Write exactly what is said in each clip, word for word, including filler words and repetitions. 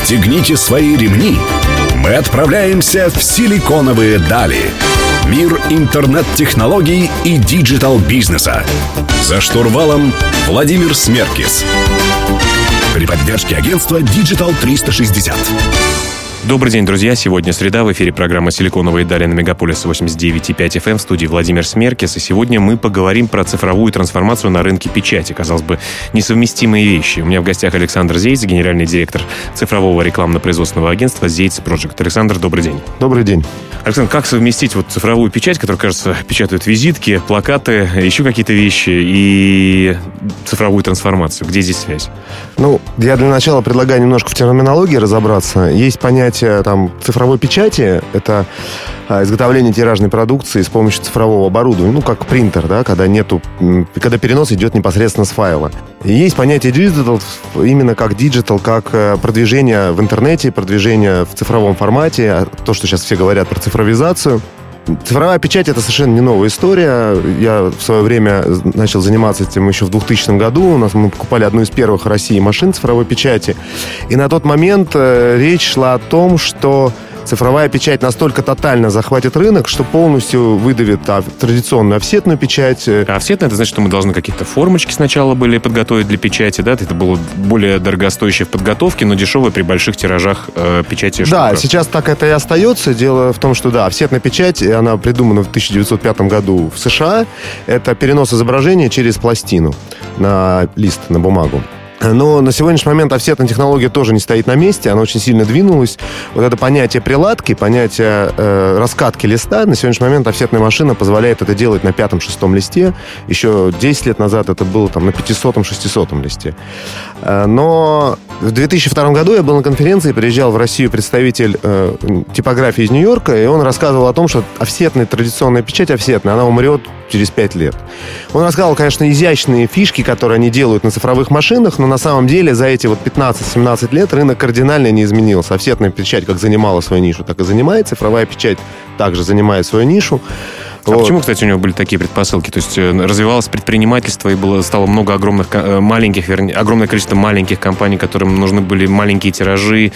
Пристегните свои ремни. Мы отправляемся в силиконовые дали. Мир интернет-технологий и диджитал-бизнеса. За штурвалом Владимир Смеркис. При поддержке агентства Digital триста шестьдесят. Добрый день, друзья. Сегодня среда. В эфире программа «Силиконовые дали» на Мегаполис восемьдесят девять и пять эф эм. В студии Владимир Смеркис. И сегодня мы поговорим про цифровую трансформацию на рынке печати. Казалось бы, несовместимые вещи. У меня в гостях Александр Зейц, генеральный директор цифрового рекламно-производственного агентства «Зейц Project». Александр, добрый день. Добрый день. Александр, как совместить вот цифровую печать, которая, кажется, печатают визитки, плакаты, еще какие-то вещи, и цифровую трансформацию? Где здесь связь? Ну, я для начала предлагаю немножко в терминологии разобраться. Есть понятие там цифровой печати, это а, изготовление тиражной продукции с помощью цифрового оборудования, ну, как принтер, да, когда нету, когда перенос идет непосредственно с файла. И есть понятие digital, именно как digital, как продвижение в интернете, продвижение в цифровом формате, то, что сейчас все говорят про цифровизацию. Цифровая печать — это совершенно не новая история. Я в свое время начал заниматься этим еще в двухтысячном году. У нас мы покупали одну из первых в России машин цифровой печати. И на тот момент э, речь шла о том, что цифровая печать настолько тотально захватит рынок, что полностью выдавит а, традиционную офсетную печать. А офсетная — это значит, что мы должны какие-то формочки сначала были подготовить для печати, да? Это было более дорогостоящее в подготовке, но дешевое при больших тиражах э, печати и Да, сейчас так это и остается. Дело в том, что, да, офсетная печать, она придумана в тысяча девятьсот пятом году в США. Это перенос изображения через пластину на лист, на бумагу. Но на сегодняшний момент офсетная технология тоже не стоит на месте, она очень сильно двинулась. Вот это понятие приладки, понятие э, раскатки листа, на сегодняшний момент офсетная машина позволяет это делать на пятом-шестом листе. Еще десять лет назад это было там на пятисотом-шестисотом листе. Э, но в две тысячи втором году я был на конференции, приезжал в Россию представитель э, типографии из Нью-Йорка, и он рассказывал о том, что офсетная традиционная печать офсетная, она умрет через пять лет. Он рассказывал, конечно, изящные фишки, которые они делают на цифровых машинах, но на самом деле за эти вот пятнадцать-семнадцать лет рынок кардинально не изменился. Офсетная печать как занимала свою нишу, так и занимает. Цифровая печать также занимает свою нишу. А вот. Почему, кстати, у него были такие предпосылки? То есть развивалось предпринимательство, и было, стало много огромных, маленьких, вернее, огромное количество маленьких компаний, которым нужны были маленькие тиражи,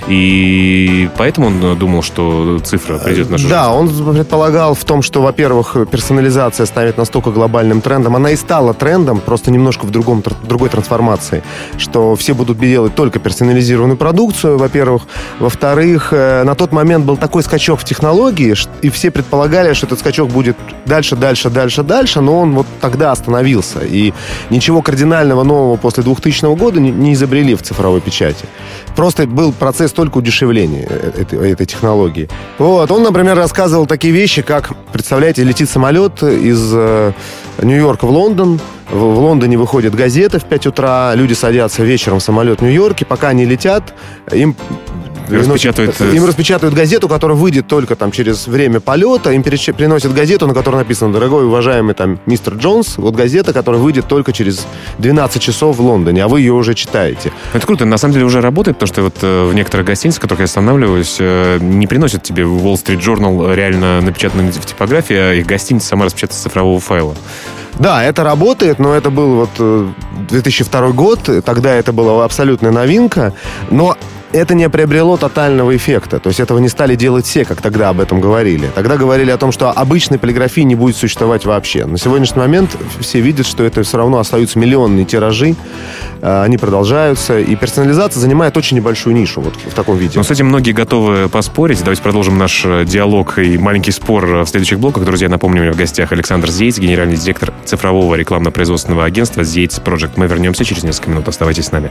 и поэтому он думал, что цифра придет в нашу жизнь? Да, он предполагал в том, что, во-первых, персонализация станет настолько глобальным трендом. Она и стала трендом, просто немножко в другом, другой трансформации, что все будут делать только персонализированную продукцию, во-первых. Во-вторых, на тот момент был такой скачок в технологии, и все предполагали, что этот скачок будет дальше, дальше, дальше, дальше, но он вот тогда остановился. И ничего кардинального нового после двухтысячного года не, не изобрели в цифровой печати. Просто был процесс только удешевления этой, этой технологии. Вот. Он, например, рассказывал такие вещи, как, представляете, летит самолет из э, Нью-Йорка в Лондон. В, в Лондоне выходит газета в пять утра, люди садятся вечером в самолет в Нью-Йорке, пока они летят, им Распечатывают... Им распечатывают газету, которая выйдет только там через время полета. Им приносят газету, на которой написано: дорогой, уважаемый там мистер Джонс, вот газета, которая выйдет только через двенадцать часов в Лондоне, а вы ее уже читаете. Это круто, на самом деле уже работает, потому что вот в некоторых гостиницах, в которых я останавливаюсь, не приносят тебе в Wall Street Journal реально напечатанную в типографии, а их гостиница сама распечатает с цифрового файла. Да, это работает, но это был вот две тысячи второй год, тогда это была абсолютная новинка, но это не приобрело тотального эффекта. То есть этого не стали делать все, как тогда об этом говорили. Тогда говорили о том, что обычной полиграфии не будет существовать вообще. На сегодняшний момент все видят, что это все равно остаются миллионные тиражи, они продолжаются, и персонализация занимает очень небольшую нишу вот в таком виде. Но с этим многие готовы поспорить. Давайте продолжим наш диалог и маленький спор в следующих блоках. Друзья, напомню, у меня в гостях Александр Зейц, генеральный директор цифрового рекламно-производственного агентства «Зейц Project». Мы вернемся через несколько минут. Оставайтесь с нами.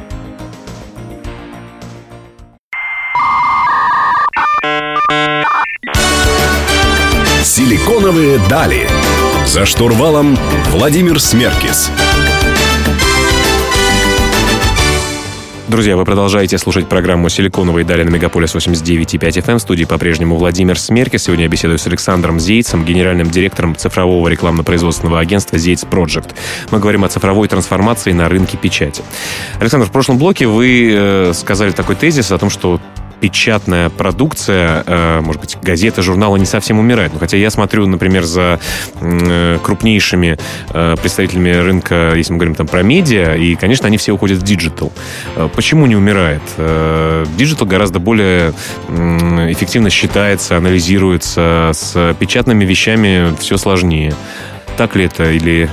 Силиконовые дали. За штурвалом Владимир Смеркис. Друзья, вы продолжаете слушать программу «Силиконовые дали» на Мегаполис восемьдесят девять и пять эф эм. В студии по-прежнему Владимир Смеркис. Сегодня я беседую с Александром Зейцем, генеральным директором цифрового рекламно-производственного агентства «Зейц Project». Мы говорим о цифровой трансформации на рынке печати. Александр, в прошлом блоке вы сказали такой тезис о том, что печатная продукция, может быть, газеты, журналы не совсем умирают. Но хотя я смотрю, например, за крупнейшими представителями рынка, если мы говорим там про медиа, и, конечно, они все уходят в диджитал. Почему не умирает? Диджитал гораздо более эффективно считается, анализируется. С печатными вещами все сложнее. Так ли это или...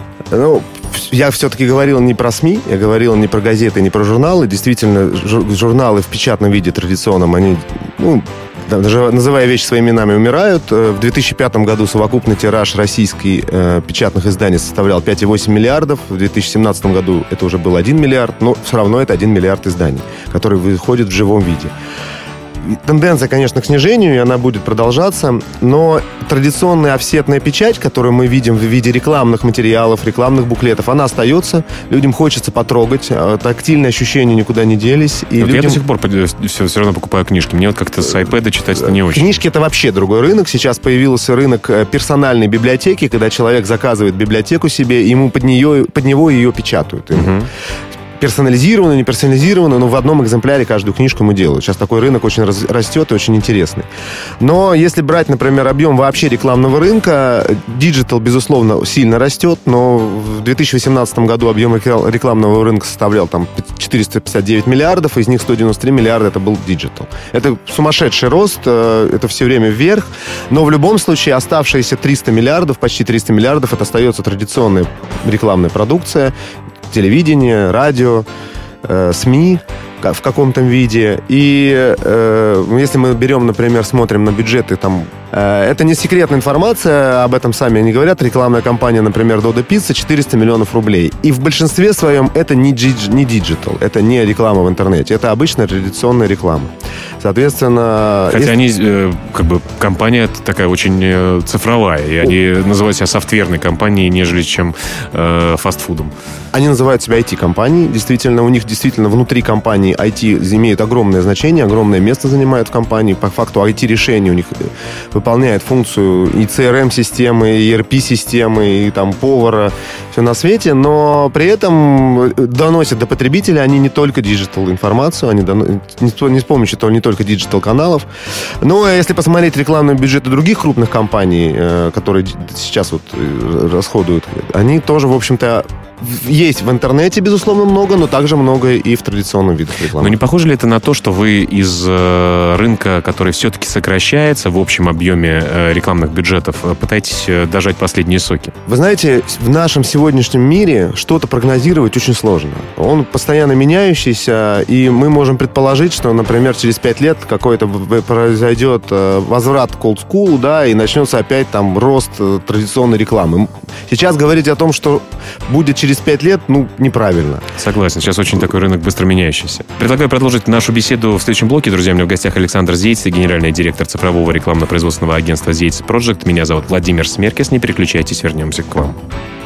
Ну, я все-таки говорил не про СМИ, я говорил не про газеты, не про журналы. Действительно, журналы в печатном виде традиционном, они, ну, даже называя вещи своими именами, умирают. В две тысячи пятом году совокупный тираж российских э, печатных изданий составлял пять целых восемь десятых миллиардов. В две тысячи семнадцатом году это уже был один миллиард, но все равно это один миллиард изданий, которые выходят в живом виде. Тенденция, конечно, к снижению, и она будет продолжаться, но традиционная офсетная печать, которую мы видим в виде рекламных материалов, рекламных буклетов, она остается. Людям хочется потрогать, тактильные ощущения никуда не делись. И вот людям... Я до сих пор все, все равно покупаю книжки. Мне вот как-то с iPad читать это не очень. Книжки — это вообще другой рынок. Сейчас появился рынок персональной библиотеки, когда человек заказывает библиотеку себе, и ему под, нее, под него ее печатают. Угу. Персонализированно, не персонализированно, но в одном экземпляре каждую книжку ему делают. Сейчас такой рынок очень раз, растет и очень интересный. Но если брать, например, объем вообще рекламного рынка, диджитал, безусловно, сильно растет, но в две тысячи восемнадцатом году объем рекламного рынка составлял там четыреста пятьдесят девять миллиардов, из них сто девяносто три миллиарда это был диджитал. Это сумасшедший рост, это все время вверх, но в любом случае оставшиеся триста миллиардов, почти триста миллиардов, это остается традиционная рекламная продукция, телевидение, радио, э, СМИ в каком-то виде. И э, если мы берем, например, смотрим на бюджеты, там, э, это не секретная информация, об этом сами они говорят. Рекламная кампания, например, Додо Пицца, четыреста миллионов рублей. И в большинстве своем это не, дидж, не диджитал, это не реклама в интернете, это обычная традиционная реклама. Соответственно... Хотя если... они, э, как бы, компания такая очень цифровая, и они называют себя софтверной компанией, нежели чем э, фастфудом. Они называют себя ай ти-компанией. Действительно, у них действительно внутри компании ай ти имеет огромное значение, огромное место занимает в компании. По факту ай ти-решение у них выполняет функцию и си ар эм-системы, и и ар пи-системы, и там повара, все на свете, но при этом доносят до потребителя они не только диджитал-информацию, они доносят, не с помощью того, не только диджитал-каналов. Но если посмотреть рекламные бюджеты других крупных компаний, которые сейчас вот расходуют, они тоже, в общем-то, есть в интернете, безусловно, много, но также много и в традиционном виде рекламы. Но не похоже ли это на то, что вы из э, рынка, который все-таки сокращается в общем объеме э, рекламных бюджетов, пытаетесь дожать последние соки? Вы знаете, в нашем сегодняшнем мире что-то прогнозировать очень сложно. Он постоянно меняющийся, и мы можем предположить, что, например, через пять лет какой-то произойдет возврат к олдскулу, да, и начнется опять там рост традиционной рекламы. Сейчас говорить о том, что будет через пять лет, ну, неправильно. Согласен. Сейчас очень такой рынок быстро меняющийся. Предлагаю продолжить нашу беседу в следующем блоке. Друзья, у меня в гостях Александр Зейц, генеральный директор цифрового рекламно-производственного агентства «Зейц Project». Меня зовут Владимир Смеркес. Не переключайтесь, вернемся к вам.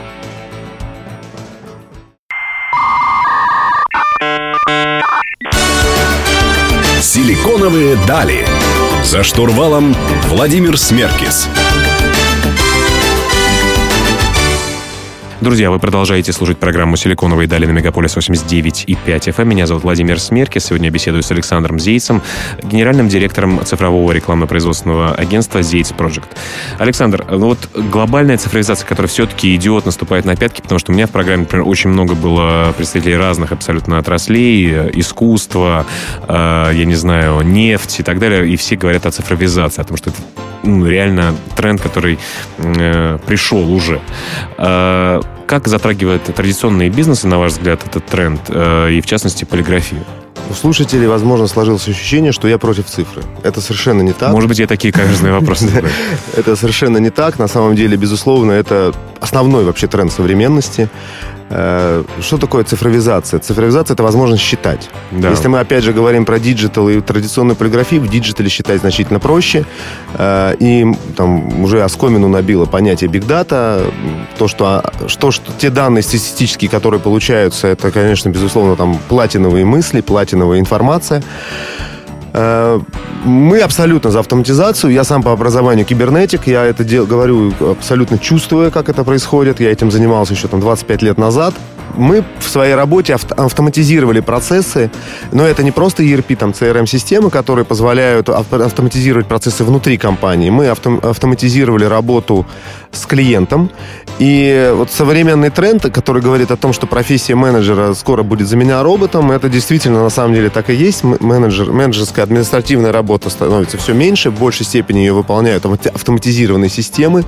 Силиконовые дали. За штурвалом Владимир Смеркес. Друзья, вы продолжаете слушать программу «Силиконовые дали» на Мегаполис восемьдесят девять и пять эф эм. Меня зовут Владимир Смеркес. Сегодня я беседую с Александром Зейцем, генеральным директором цифрового рекламно-производственного агентства «Зейц Project». Александр, ну вот глобальная цифровизация, которая все-таки идет, наступает на пятки, потому что у меня в программе, например, очень много было представителей разных абсолютно отраслей, искусства, э, я не знаю, нефть и так далее, и все говорят о цифровизации, о том, что это ну, реально тренд, который э, пришел уже. Э, Как затрагивает традиционные бизнесы, на ваш взгляд, этот тренд, э, и в частности полиграфию? У слушателей, возможно, сложилось ощущение, что я против цифры. Это совершенно не так. Может быть, я такие каверзные вопросы задаю. Это совершенно не так. На самом деле, безусловно, это основной вообще тренд современности. Что такое цифровизация? Цифровизация — это возможность считать. Да. Если мы, опять же, говорим про диджитал и традиционную полиграфию, в диджитале считать значительно проще. И там уже оскомину набило понятие Big Data. То, что, что, что те данные статистические, которые получаются, это, конечно, безусловно, там платиновые мысли, платиновая информация. Мы абсолютно за автоматизацию. Я сам по образованию кибернетик. Я это дел, говорю абсолютно чувствуя, как это происходит. Я этим занимался еще там двадцать пять лет назад. Мы в своей работе автоматизировали процессы, но это не просто и эр пи, там, си эр эм-системы, которые позволяют автоматизировать процессы внутри компании. Мы автоматизировали работу с клиентом. И вот современный тренд, который говорит о том, что профессия менеджера скоро будет заменена роботом, это действительно на самом деле так и есть. Менеджер, менеджерская административная работа становится все меньше, в большей степени ее выполняют автоматизированные системы.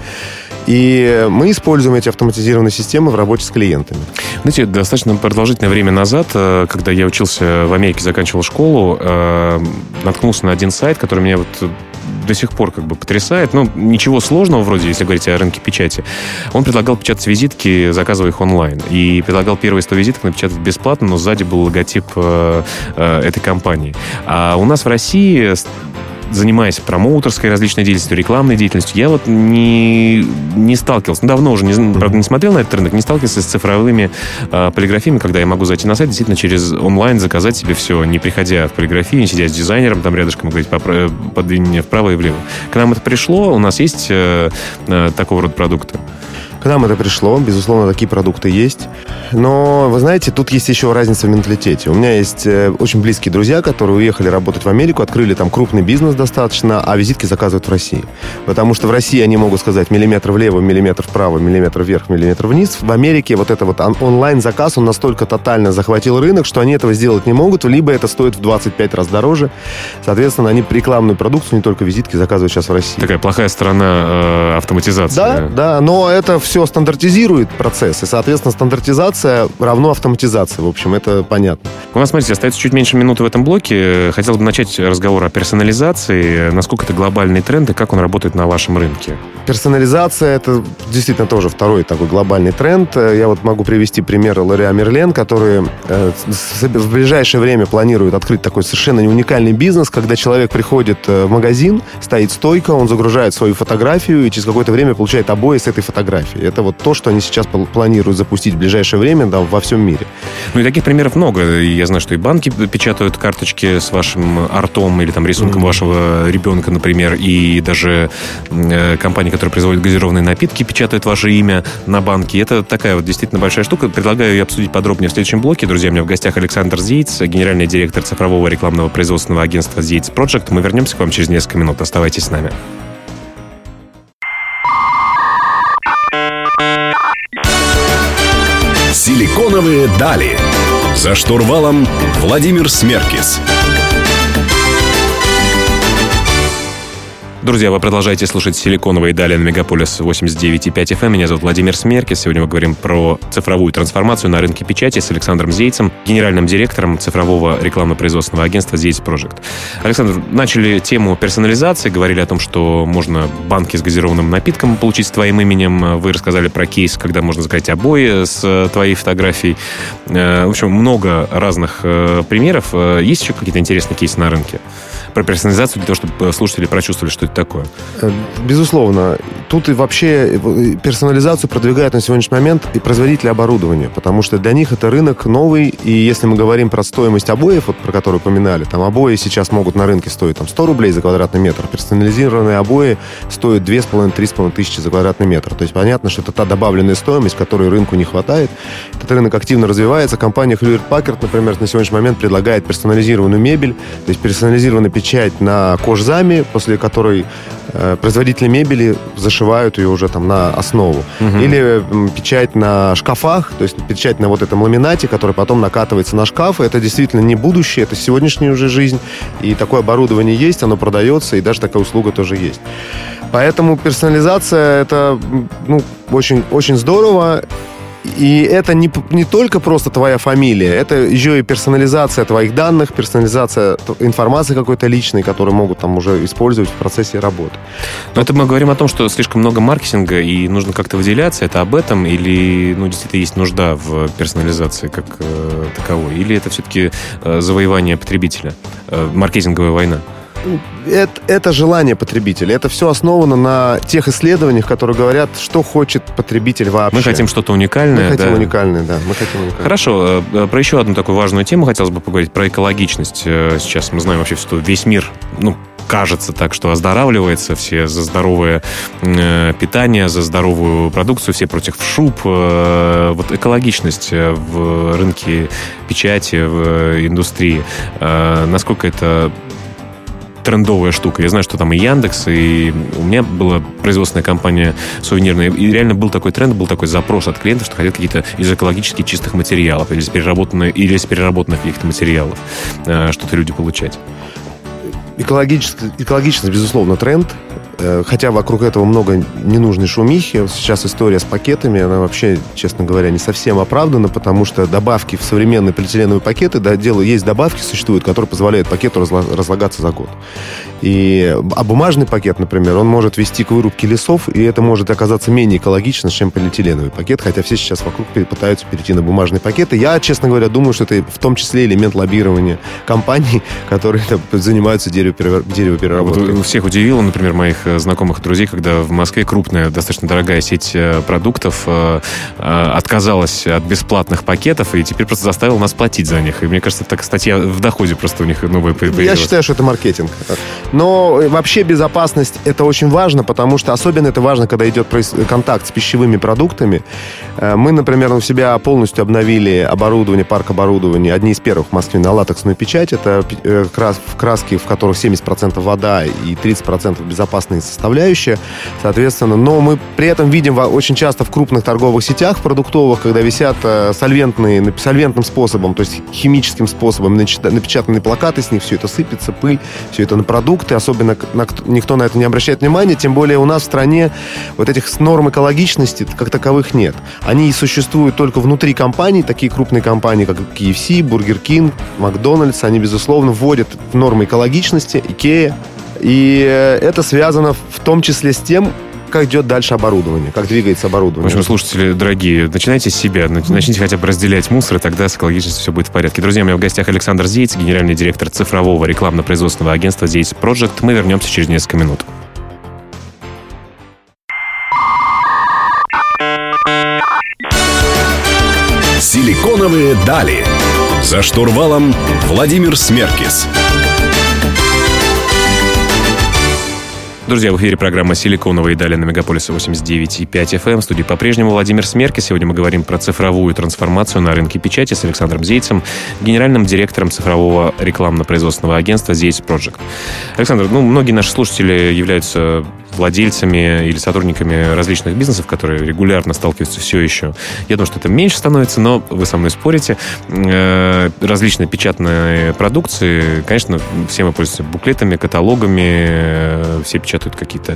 И мы используем эти автоматизированные системы в работе с клиентами. Знаете, достаточно продолжительное время назад, когда я учился в Америке, заканчивал школу, наткнулся на один сайт, который меня вот до сих пор как бы потрясает. Ну, ничего сложного вроде, если говорить о рынке печати. Он предлагал печатать визитки, заказывая их онлайн. И предлагал первые сто визиток напечатать бесплатно, но сзади был логотип э, э, этой компании. А у нас в России, занимаясь промоутерской различной деятельностью, рекламной деятельностью, я вот не, не сталкивался, ну, давно уже, не, правда, не смотрел на этот рынок, не сталкивался с цифровыми э, полиграфиями, когда я могу зайти на сайт, действительно через онлайн заказать себе все, не приходя в полиграфию, не сидя с дизайнером там рядышком и говорить, подвинь вправо и влево. К нам это пришло, у нас есть э, э, такого рода продукты? К нам это пришло, безусловно, такие продукты есть. Но, вы знаете, тут есть еще разница в менталитете. У меня есть очень близкие друзья, которые уехали работать в Америку, открыли там крупный бизнес достаточно, а визитки заказывают в России. Потому что в России они могут сказать миллиметр влево, миллиметр вправо, миллиметр вверх, миллиметр вниз. В Америке вот это вот онлайн-заказ, он настолько тотально захватил рынок, что они этого сделать не могут, либо это стоит в двадцать пять раз дороже. Соответственно, они рекламную продукцию, не только визитки, заказывают сейчас в России. Такая плохая сторона э, автоматизации. Да, да, но это все стандартизирует процесс, и, соответственно, стандартизация равно автоматизации. В общем, это понятно. У нас, смотрите, остается чуть меньше минуты в этом блоке. Хотелось бы начать разговор о персонализации. Насколько это глобальный тренд и как он работает на вашем рынке? Персонализация — это действительно тоже второй такой глобальный тренд. Я вот могу привести пример Леруа Мерлен, который в ближайшее время планирует открыть такой совершенно уникальный бизнес, когда человек приходит в магазин, стоит стойка, он загружает свою фотографию и через какое-то время получает обои с этой фотографией. Это вот то, что они сейчас планируют запустить в ближайшее время, да, во всем мире. Ну и таких примеров много. Я знаю, что и банки печатают карточки с вашим артом или там рисунком mm-hmm. вашего ребенка, например, и даже э, компании, которые производят газированные напитки, печатают ваше имя на банке. Это такая вот действительно большая штука. Предлагаю ее обсудить подробнее в следующем блоке. Друзья, у меня в гостях Александр Зейц, генеральный директор цифрового рекламного производственного агентства Зейц Project. Мы вернемся к вам через несколько минут. Оставайтесь с нами. Силиконовые дали. За штурвалом Владимир Смеркис. Друзья, вы продолжаете слушать «Силиконовые дали» на Мегаполис восемьдесят девять и пять эф эм. Меня зовут Владимир Смеркис. Сегодня мы говорим про цифровую трансформацию на рынке печати с Александром Зейцем, генеральным директором цифрового рекламно-производственного агентства Зейц Project. Александр, начали тему персонализации, говорили о том, что можно банки с газированным напитком получить с твоим именем. Вы рассказали про кейс, когда можно заказать обои с твоей фотографией. В общем, много разных примеров. Есть еще какие-то интересные кейсы на рынке про персонализацию, для того, чтобы слушатели прочувствовали, что это такое? Безусловно. Тут и вообще персонализацию продвигают на сегодняшний момент и производители оборудования, потому что для них это рынок новый, и если мы говорим про стоимость обоев, вот, про которые упоминали, там обои сейчас могут на рынке стоить там, сто рублей за квадратный метр, персонализированные обои стоят две с половиной - три с половиной тысячи за квадратный метр. То есть понятно, что это та добавленная стоимость, которой рынку не хватает. Этот рынок активно развивается. Компания Hewlett-Packard, например, на сегодняшний момент предлагает персонализированную мебель, то есть персонализированную печать на кожзаме, после которой э, производители мебели зашивают ее уже там на основу. Угу. Или э, печать на шкафах, то есть печать на вот этом ламинате, который потом накатывается на шкаф. Это действительно не будущее, это сегодняшняя уже жизнь. И такое оборудование есть, оно продается, и даже такая услуга тоже есть. Поэтому персонализация — это ну, очень, очень здорово. И это не, не только просто твоя фамилия, это еще и персонализация твоих данных, персонализация информации какой-то личной, которую могут там уже использовать в процессе работы. Но это мы говорим о том, что слишком много маркетинга и нужно как-то выделяться. Это об этом? Или ну, действительно есть нужда в персонализации как э, таковой? Или это все-таки э, завоевание потребителя, э, маркетинговая война? Это, это желание потребителя. Это все основано на тех исследованиях, которые говорят, что хочет потребитель вообще. Мы хотим что-то уникальное. Мы хотим да? уникальное, да. Мы хотим уникальное. Хорошо. Про еще одну такую важную тему хотелось бы поговорить. Про экологичность. Сейчас мы знаем вообще, что весь мир, ну, кажется так, что оздоравливается, все за здоровое э, питание, за здоровую продукцию, все против шуб. Э, вот экологичность в рынке печати, в индустрии, э, насколько это трендовая штука. Я знаю, что там и Яндекс, и у меня была производственная компания сувенирная, и реально был такой тренд, был такой запрос от клиентов, что хотят какие-то из экологически чистых материалов или из переработанных, или из переработанных каких-то материалов э, что-то люди получать. Экологическость, экологичность, безусловно, тренд. Хотя вокруг этого много ненужной шумихи. Сейчас история с пакетами, она вообще, честно говоря, не совсем оправдана, потому что добавки в современные полиэтиленовые пакеты, да, дело, есть добавки, существуют, которые позволяют пакету разлагаться за год. И, а бумажный пакет, например, он может вести к вырубке лесов, и это может оказаться менее экологично, чем полиэтиленовый пакет, хотя все сейчас вокруг пытаются перейти на бумажные пакеты. Я, честно говоря, думаю, что это в том числе элемент лоббирования компаний, которые занимаются деревопереработкой. Вот всех удивило, например, моих знакомых и друзей, когда в Москве крупная, достаточно дорогая сеть продуктов э, э, отказалась от бесплатных пакетов и теперь просто заставила нас платить за них. И мне кажется, так статья в доходе просто у них новая появилась. Я считаю, что это маркетинг. Но вообще безопасность — это очень важно, потому что особенно это важно, когда идет контакт с пищевыми продуктами. Мы, например, у себя полностью обновили оборудование, парк оборудования, одни из первых в Москве на латексную печать. Это краски, в которых семьдесят процентов вода и тридцать процентов безопасные составляющая, соответственно. Но мы при этом видим очень часто в крупных торговых сетях продуктовых, когда висят сольвентные, сольвентным способом, то есть химическим способом напечатанные плакаты, с них все это сыпется, пыль, все это на продукты, особенно на, никто на это не обращает внимания, тем более у нас в стране вот этих норм экологичности как таковых нет. Они существуют только внутри компаний, такие крупные компании, как кей эф си, Burger King, Макдональдс, они, безусловно, вводят нормы экологичности, Икея. И это связано в том числе с тем, как идет дальше оборудование, как двигается оборудование. В общем, слушатели дорогие, начинайте с себя, начните хотя бы разделять мусор, и тогда с экологичностью все будет в порядке. Друзья, у меня в гостях Александр Зейц, генеральный директор цифрового рекламно-производственного агентства Зейц Project. Мы вернемся через несколько минут. Силиконовые дали. За штурвалом Владимир Смеркис. Друзья, в эфире программа «Силиконовые дали» на Мегаполисе восемьдесят девять и пять эф эм. В студии по-прежнему Владимир Смеркис. Сегодня мы говорим про цифровую трансформацию на рынке печати с Александром Зейцем, генеральным директором цифрового рекламно-производственного агентства Зейц Project. Александр, ну, многие наши слушатели являются владельцами или сотрудниками различных бизнесов, которые регулярно сталкиваются все еще. Я думаю, что это меньше становится, но вы со мной спорите. Различные печатные продукции, конечно, все мы пользуемся буклетами, каталогами, все печатают какие-то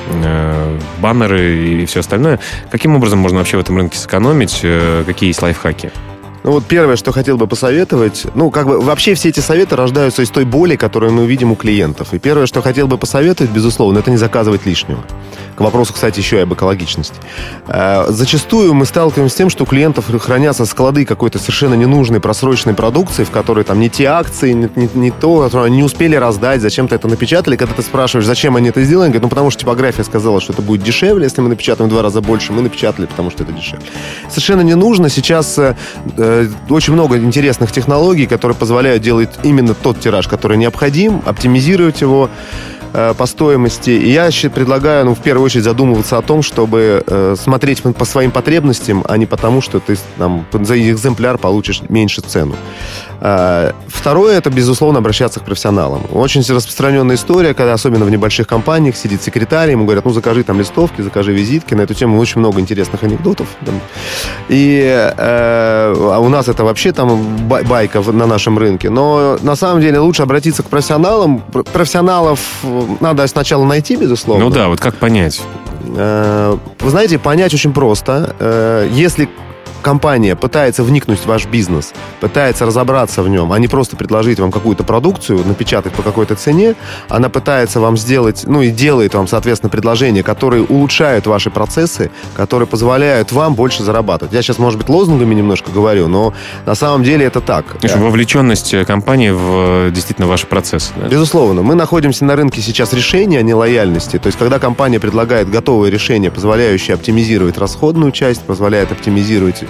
баннеры и все остальное. Каким образом можно вообще в этом рынке сэкономить? Какие есть лайфхаки? Ну вот первое, что хотел бы посоветовать, ну как бы вообще все эти советы рождаются из той боли, которую мы видим у клиентов. И первое, что хотел бы посоветовать, безусловно, это не заказывать лишнего. К вопросу, кстати, еще и об экологичности. Зачастую мы сталкиваемся с тем, что у клиентов хранятся склады какой-то совершенно ненужной просроченной продукции, в которой там не те акции, не, не, не то, которое они не успели раздать, зачем-то это напечатали. Когда ты спрашиваешь, зачем они это сделали, они говорят, ну потому что типография сказала, что это будет дешевле, если мы напечатаем в два раза больше, мы напечатали, потому что это дешевле. Совершенно не нужно. Сейчас э, очень много интересных технологий, которые позволяют делать именно тот тираж, который необходим, оптимизировать его по стоимости. И я предлагаю, ну, в первую очередь задумываться о том, чтобы э, смотреть по своим потребностям, а не потому, что ты там, за экземпляр получишь меньше цену. Э, второе, это, безусловно, обращаться к профессионалам. Очень распространенная история, когда, особенно в небольших компаниях, сидит секретарь, ему говорят, ну, закажи там листовки, закажи визитки. На эту тему очень много интересных анекдотов. И э, у нас это вообще там байка на нашем рынке. Но, на самом деле, лучше обратиться к профессионалам. Профессионалов надо сначала найти, безусловно. Ну да, вот как понять? Вы знаете, понять очень просто. Если компания пытается вникнуть в ваш бизнес, пытается разобраться в нем, а не просто предложить вам какую-то продукцию, напечатать по какой-то цене, она пытается вам сделать, ну и делает вам, соответственно, предложения, которые улучшают ваши процессы, которые позволяют вам больше зарабатывать. Я сейчас, может быть, лозунгами немножко говорю, но на самом деле это так. В общем, вовлеченность компании в действительно ваши процессы. Да? Безусловно. Мы находимся на рынке сейчас решения, а не лояльности. То есть, когда компания предлагает готовые решения, позволяющие оптимизировать расходную часть, позволяет оптимизировать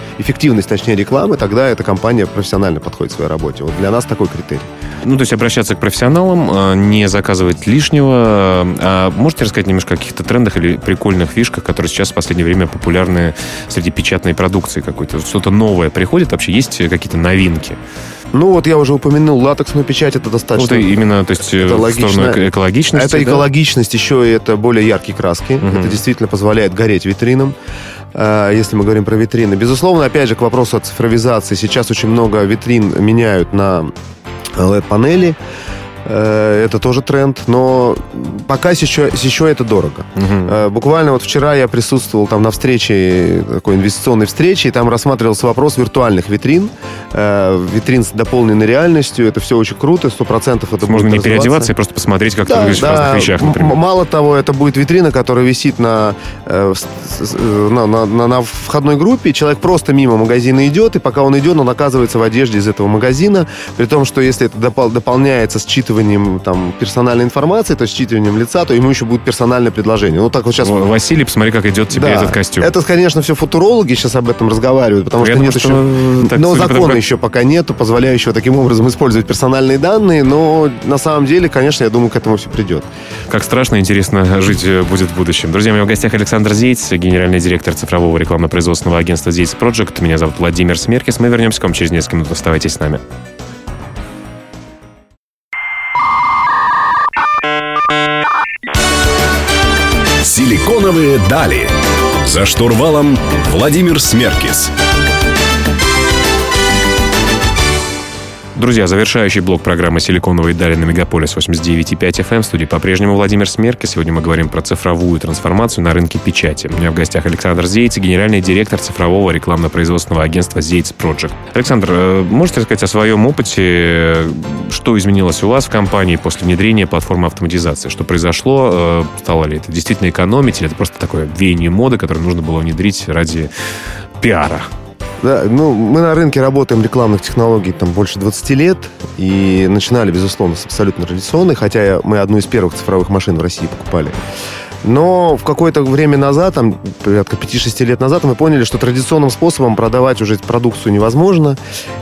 эффективность, точнее, рекламы, тогда эта компания профессионально подходит к своей работе. Вот для нас такой критерий. Ну, то есть обращаться к профессионалам, не заказывать лишнего. А можете рассказать немножко о каких-то трендах или прикольных фишках, которые сейчас в последнее время популярны среди печатной продукции какой-то? Что-то новое приходит? Вообще есть какие-то новинки? Ну, вот я уже упомянул, латексную печать, это достаточно... Вот именно, то есть, это в сторону экологичности, Это да? экологичность, еще и это более яркие краски. Угу. Это действительно позволяет гореть витринам. Если мы говорим про витрины. Безусловно, опять же, к вопросу о цифровизации. Сейчас очень много витрин меняют на эл и ди-панели. Это тоже тренд, но пока еще, еще это дорого. Uh-huh. Буквально вот вчера я присутствовал там на встрече, такой инвестиционной встрече, и там рассматривался вопрос виртуальных витрин, витрин с дополненной реальностью. Это все очень круто, сто процентов это можно будет не переодеваться и просто посмотреть, как да, ты выглядишь да. в разных вещах, например. Мало того, это будет витрина, которая висит на, на, на, на, на входной группе, человек просто мимо магазина идет, и пока он идет, он оказывается в одежде из этого магазина, при том, что если это допол- дополняется считыванием там, персональной информации, то есть считыванием лица, то ему еще будет персональное предложение. Ну, так вот сейчас... Василий, посмотри, как идет тебе да. этот костюм. Это, конечно, все футурологи сейчас об этом разговаривают, потому Я что думаю, нет что еще... Так, но закона потому, как... еще пока нету, позволяющего таким образом использовать персональные данные, но на самом деле, конечно, я думаю, к этому все придет. Как страшно и интересно жить будет в будущем. Друзья мои, в гостях Александр Зейц, генеральный директор цифрового рекламно-производственного агентства Зейц Project. Меня зовут Владимир Смеркис. Мы вернемся к вам через несколько минут. Оставайтесь с нами. Силиконовые дали. За штурвалом Владимир Смеркис. Друзья, завершающий блок программы «Силиконовые дали» на Мегаполис восемьдесят девять и пять эф эм. В студии по-прежнему Владимир Смеркис. Сегодня мы говорим про цифровую трансформацию на рынке печати. У меня в гостях Александр Зейц, генеральный директор цифрового рекламно-производственного агентства Зейц Project. Александр, можете рассказать о своем опыте? Что изменилось у вас в компании после внедрения платформы автоматизации? Что произошло? Стало ли это действительно экономить? Или это просто такое веяние моды, которое нужно было внедрить ради пиара? Да, ну, мы на рынке работаем рекламных технологий там больше двадцать лет и начинали, безусловно, с абсолютно традиционной, хотя мы одну из первых цифровых машин в России покупали. Но в какое-то время назад, там, порядка пять-шесть лет назад, мы поняли, что традиционным способом продавать уже продукцию невозможно.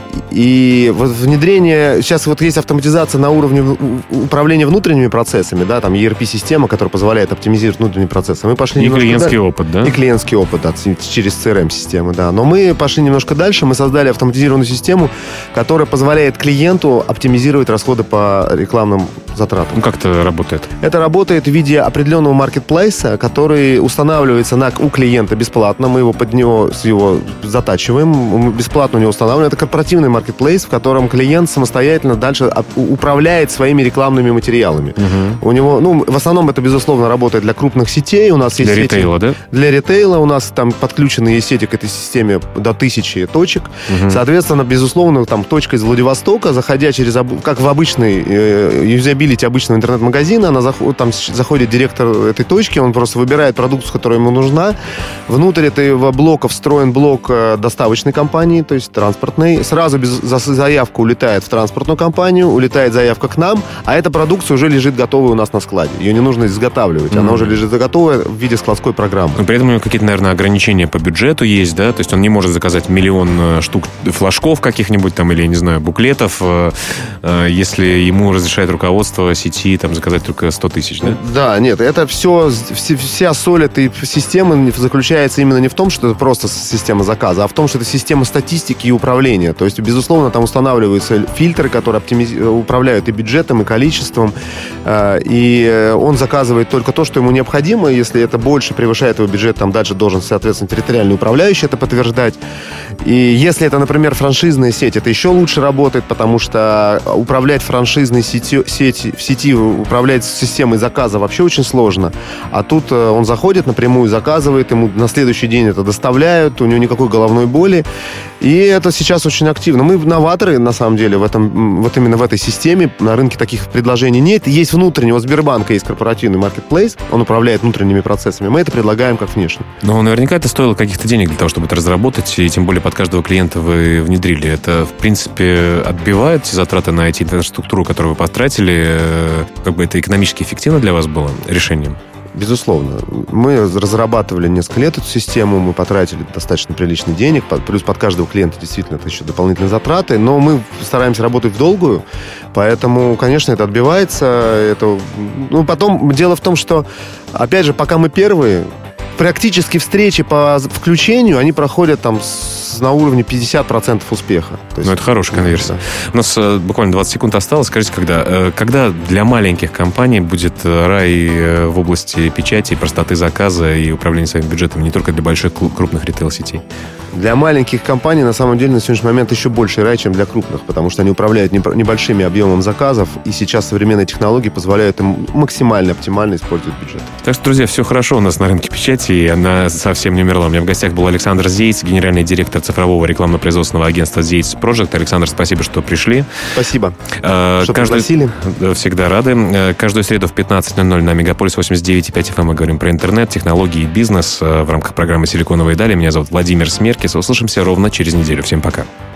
И вот внедрение... Сейчас вот есть автоматизация на уровне управления внутренними процессами, да, там и эр пи-система, которая позволяет оптимизировать внутренние процессы. Мы пошли и клиентский дальше. опыт, да? И клиентский опыт, да, через си эр эм-системы, да. Но мы пошли немножко дальше, мы создали автоматизированную систему, которая позволяет клиенту оптимизировать расходы по рекламным затратам. Ну, как это работает? Это работает в виде определенного маркетплейса, который устанавливается на, у клиента бесплатно. Мы его под него, его затачиваем, мы бесплатно у него устанавливаем. Это корпоративный маркетплейс, в котором клиент самостоятельно дальше управляет своими рекламными материалами. Угу. У него, ну, в основном это, безусловно, работает для крупных сетей. У нас есть для сети, ритейла, да? Для ритейла. У нас там подключены сети к этой системе до тысячи точек. Угу. Соответственно, безусловно, там точка из Владивостока, заходя через, как в обычный э, юзабилити обычного интернет-магазина, она заход, там заходит директор этой точки, он просто выбирает продукцию, которая ему нужна. Внутрь этого блока встроен блок доставочной компании, то есть транспортной. Сразу без, за, заявка улетает в транспортную компанию, улетает заявка к нам, а эта продукция уже лежит готовая у нас на складе. Ее не нужно изготавливать. Mm-hmm. Она уже лежит готовая в виде складской программы. Но при этом у него какие-то, наверное, ограничения по бюджету есть, да? То есть он не может заказать миллион штук флажков каких-нибудь там или, я не знаю, буклетов, если ему разрешает руководство сети там заказать только сто тысяч, да? Да, нет, это все, вся соль этой системы заключается именно не в том, что это просто система заказа, а в том, что это система статистики и управления. То есть, безусловно, там устанавливаются фильтры, которые оптимиз... управляют и бюджетом, и количеством, и он заказывает только то, что ему необходимо. Если это больше превышает его бюджет, там дальше должен, соответственно, территориальный управляющий это подтверждать. И если это, например, франшизная сеть, это еще лучше работает, потому что управлять франшизной сетью, сети, в сети, управлять системой заказа вообще очень сложно. А тут он заходит напрямую, заказывает, ему на следующий день это доставляют, у него никакой головной боли. И это сейчас очень активно. Мы новаторы, на самом деле, в этом, вот именно в этой системе. На рынке таких предложений нет. Есть внутренний, у Сбербанка есть корпоративный маркетплейс, он управляет внутренними процессами. Мы это предлагаем как внешне. Но наверняка это стоило каких-то денег для того, чтобы это разработать, и тем более под каждого клиента вы внедрили. Это, в принципе, отбивает те затраты на ай ти-инфраструктуру, которую вы потратили? Как бы это экономически эффективно для вас было решением? безусловно. Мы разрабатывали несколько лет эту систему, мы потратили достаточно приличный денег, плюс под каждого клиента действительно это еще дополнительные затраты, но мы стараемся работать в долгую, поэтому, конечно, это отбивается. Это... Ну, потом дело в том, что, опять же, пока мы первые, практически встречи по включению, они проходят там с, на уровне пятьдесят процентов успеха. То есть, ну, это хорошая конверсия. Да. У нас э, буквально двадцать секунд осталось. Скажите, когда, э, когда для маленьких компаний будет рай э, в области печати, простоты заказа и управления своим бюджетом, не только для больших, крупных ритейл-сетей? Для маленьких компаний, на самом деле, на сегодняшний момент еще больше рай, чем для крупных, потому что они управляют небольшими объемом заказов, и сейчас современные технологии позволяют им максимально оптимально использовать бюджет. Так что, друзья, все хорошо у нас на рынке печати, и она совсем не умерла. У меня в гостях был Александр Зейц, генеральный директор цифрового рекламно-производственного агентства Зейц Project. Александр, спасибо, что пришли. Спасибо, а, что каждую... пригласили. Всегда рады. Каждую среду в пятнадцать ноль ноль на Мегаполис восемьдесят девять и пять эф эм мы говорим про интернет, технологии и бизнес в рамках программы «Силиконовые дали». Меня зовут Владимир Смеркис. Услышимся ровно через неделю. Всем пока.